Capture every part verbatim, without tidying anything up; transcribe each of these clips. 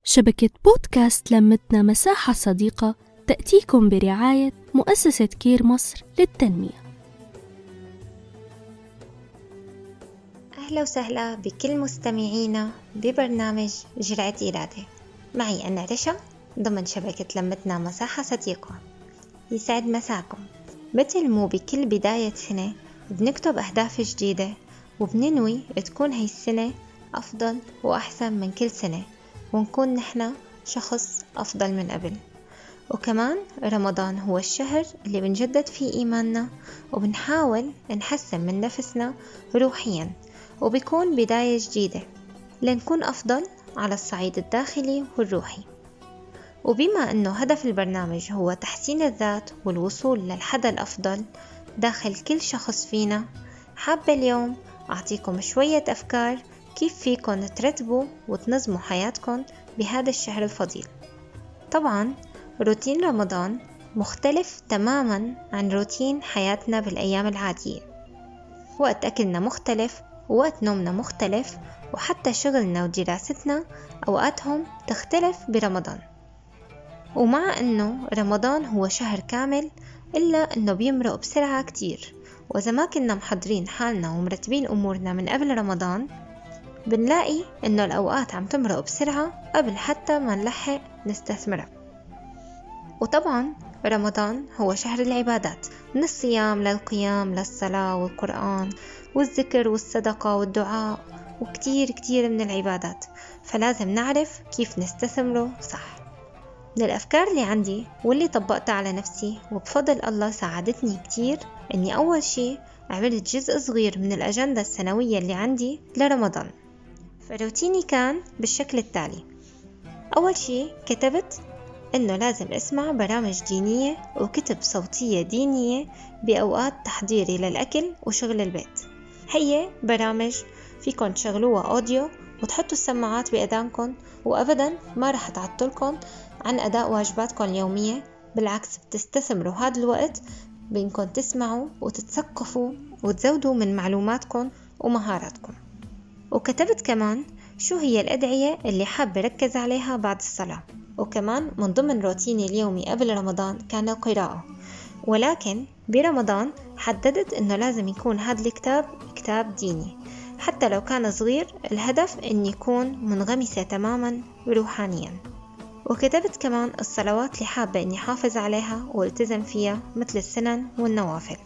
شبكة بودكاست لمتنا مساحة صديقة تأتيكم برعاية مؤسسة كير مصر للتنمية. أهلا وسهلا بكل مستمعينا ببرنامج جرعة إرادة. معي أنا رشا ضمن شبكة لمتنا مساحة صديقة. يسعد مساكم. مثل مو بكل بداية سنة بنكتب أهداف جديدة وبننوي تكون هاي السنة أفضل وأحسن من كل سنة، ونكون نحنا شخص أفضل من قبل. وكمان رمضان هو الشهر اللي بنجدد فيه إيماننا وبنحاول نحسن من نفسنا روحيا، وبيكون بداية جديدة لنكون أفضل على الصعيد الداخلي والروحي. وبما أنه هدف البرنامج هو تحسين الذات والوصول للحد الأفضل داخل كل شخص فينا، حابة اليوم أعطيكم شوية أفكار كيف فيكم ترتبوا وتنظموا حياتكم بهذا الشهر الفضيل. طبعا روتين رمضان مختلف تماما عن روتين حياتنا بالأيام العادية. وقت أكلنا مختلف، ووقت نومنا مختلف، وحتى شغلنا ودراستنا أوقاتهم تختلف برمضان. ومع أنه رمضان هو شهر كامل إلا أنه بيمرق بسرعة كتير، وإذا ما كنا محضرين حالنا ومرتبين أمورنا من قبل رمضان بنلاقي أنه الأوقات عم تمرق بسرعة قبل حتى ما نلحق نستثمرها. وطبعا رمضان هو شهر العبادات، من الصيام للقيام للصلاة والقرآن والذكر والصدقة والدعاء وكتير كتير من العبادات، فلازم نعرف كيف نستثمره صح. من الأفكار اللي عندي واللي طبقتها على نفسي وبفضل الله ساعدتني كتير، أني أول شيء عملت جزء صغير من الأجندة السنوية اللي عندي لرمضان. فروتيني كان بالشكل التالي: أول شيء كتبت إنه لازم أسمع برامج دينية وكتب صوتية دينية بأوقات تحضيري للأكل وشغل البيت. هي برامج فيكن تشغلوها أوديو وتحطوا السماعات بأذانكم، وأبدا ما رح تعطلكم عن أداء واجباتكم اليومية، بالعكس بتستثمروا هذا الوقت بإنكم تسمعوا وتتثقفوا وتزودوا من معلوماتكم ومهاراتكم. وكتبت كمان شو هي الأدعية اللي حابة ركز عليها بعد الصلاة. وكمان من ضمن روتيني اليومي قبل رمضان كان القراءة، ولكن برمضان حددت إنه لازم يكون هذا الكتاب كتاب ديني، حتى لو كان صغير، الهدف إن يكون منغمسة تماما روحانيا. وكتبت كمان الصلوات اللي حابة إني حافظ عليها والتزم فيها مثل السنن والنوافل.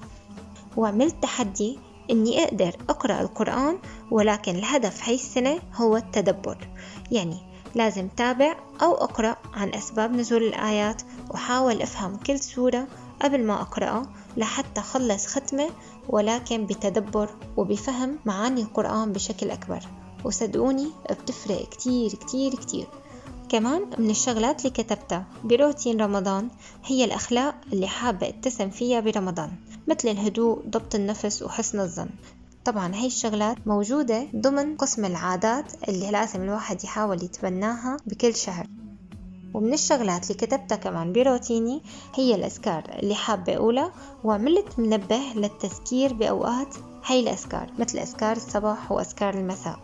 وعملت تحدي إني أقدر أقرأ القرآن، ولكن الهدف هاي السنة هو التدبر، يعني لازم تابع أو أقرأ عن أسباب نزول الآيات وحاول أفهم كل سورة قبل ما أقرأها لحتى خلص ختمة، ولكن بتدبر وبفهم معاني القرآن بشكل أكبر. وصدقوني بتفرق كتير كتير كتير. كمان من الشغلات اللي كتبتها بروتين رمضان هي الأخلاق اللي حابة اتسم فيها برمضان، مثل الهدوء، ضبط النفس، وحسن الظن. طبعا هاي الشغلات موجودة ضمن قسم العادات اللي لازم الواحد يحاول يتبناها بكل شهر. ومن الشغلات اللي كتبتها كمان بروتيني هي الأذكار اللي حابة أقولها، وعملت منبه للتذكير بأوقات هاي الأذكار مثل أذكار الصباح وأذكار المساء.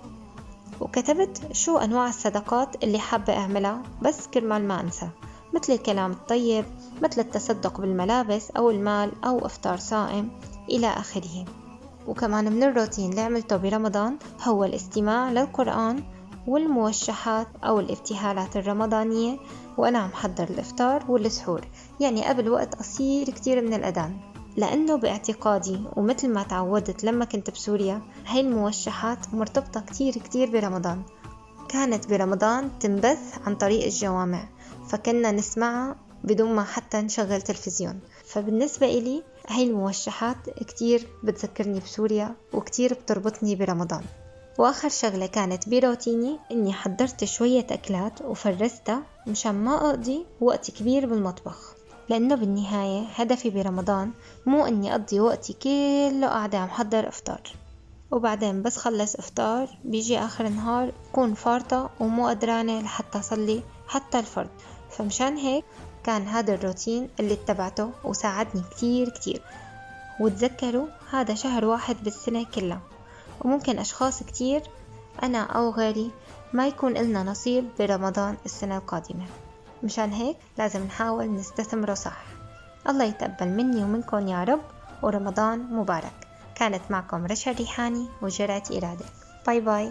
وكتبت شو أنواع الصدقات اللي حابة أعملها بس كرمال ما أنسى، مثل الكلام الطيب، مثل التصدق بالملابس أو المال أو إفطار صائم إلى آخره. وكمان من الروتين اللي عملته برمضان هو الاستماع للقرآن والموشحات أو الابتهالات الرمضانية وأنا عم حضر الإفطار والسحور، يعني قبل وقت قصير كتير من الأذان، لأنه باعتقادي ومثل ما تعودت لما كنت بسوريا هاي الموشحات مرتبطة كتير كتير برمضان. كانت برمضان تنبث عن طريق الجوامع، فكنا نسمعها بدون ما حتى نشغل تلفزيون. فبالنسبة إلي هاي الموشحات كتير بتذكرني بسوريا وكتير بتربطني برمضان. وآخر شغلة كانت بروتيني إني حضرت شوية أكلات وفرستها مشان ما أقضي وقت كبير بالمطبخ، لأنه بالنهاية هدفي برمضان مو إني أقضي وقتي كله قاعدة عم حضر إفطار وبعدين بس خلص إفطار بيجي آخر النهار كون فارطة ومو قدرانة لحتى أصلي حتى الفرض. فمشان هيك كان هذا الروتين اللي اتبعته وساعدني كتير كتير. وتذكروا هذا شهر واحد بالسنة كلها، وممكن أشخاص كتير أنا أو غيري ما يكون إلنا نصيب برمضان السنة القادمة. مشان هيك لازم نحاول نستثمره صح. الله يتقبل مني ومنكم يا رب، ورمضان مبارك. كانت معكم رشا الريحاني وجرعة إرادة. باي باي.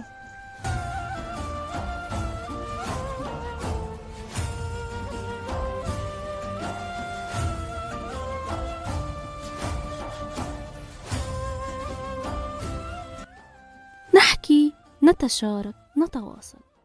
نحكي، نتشارك، نتواصل.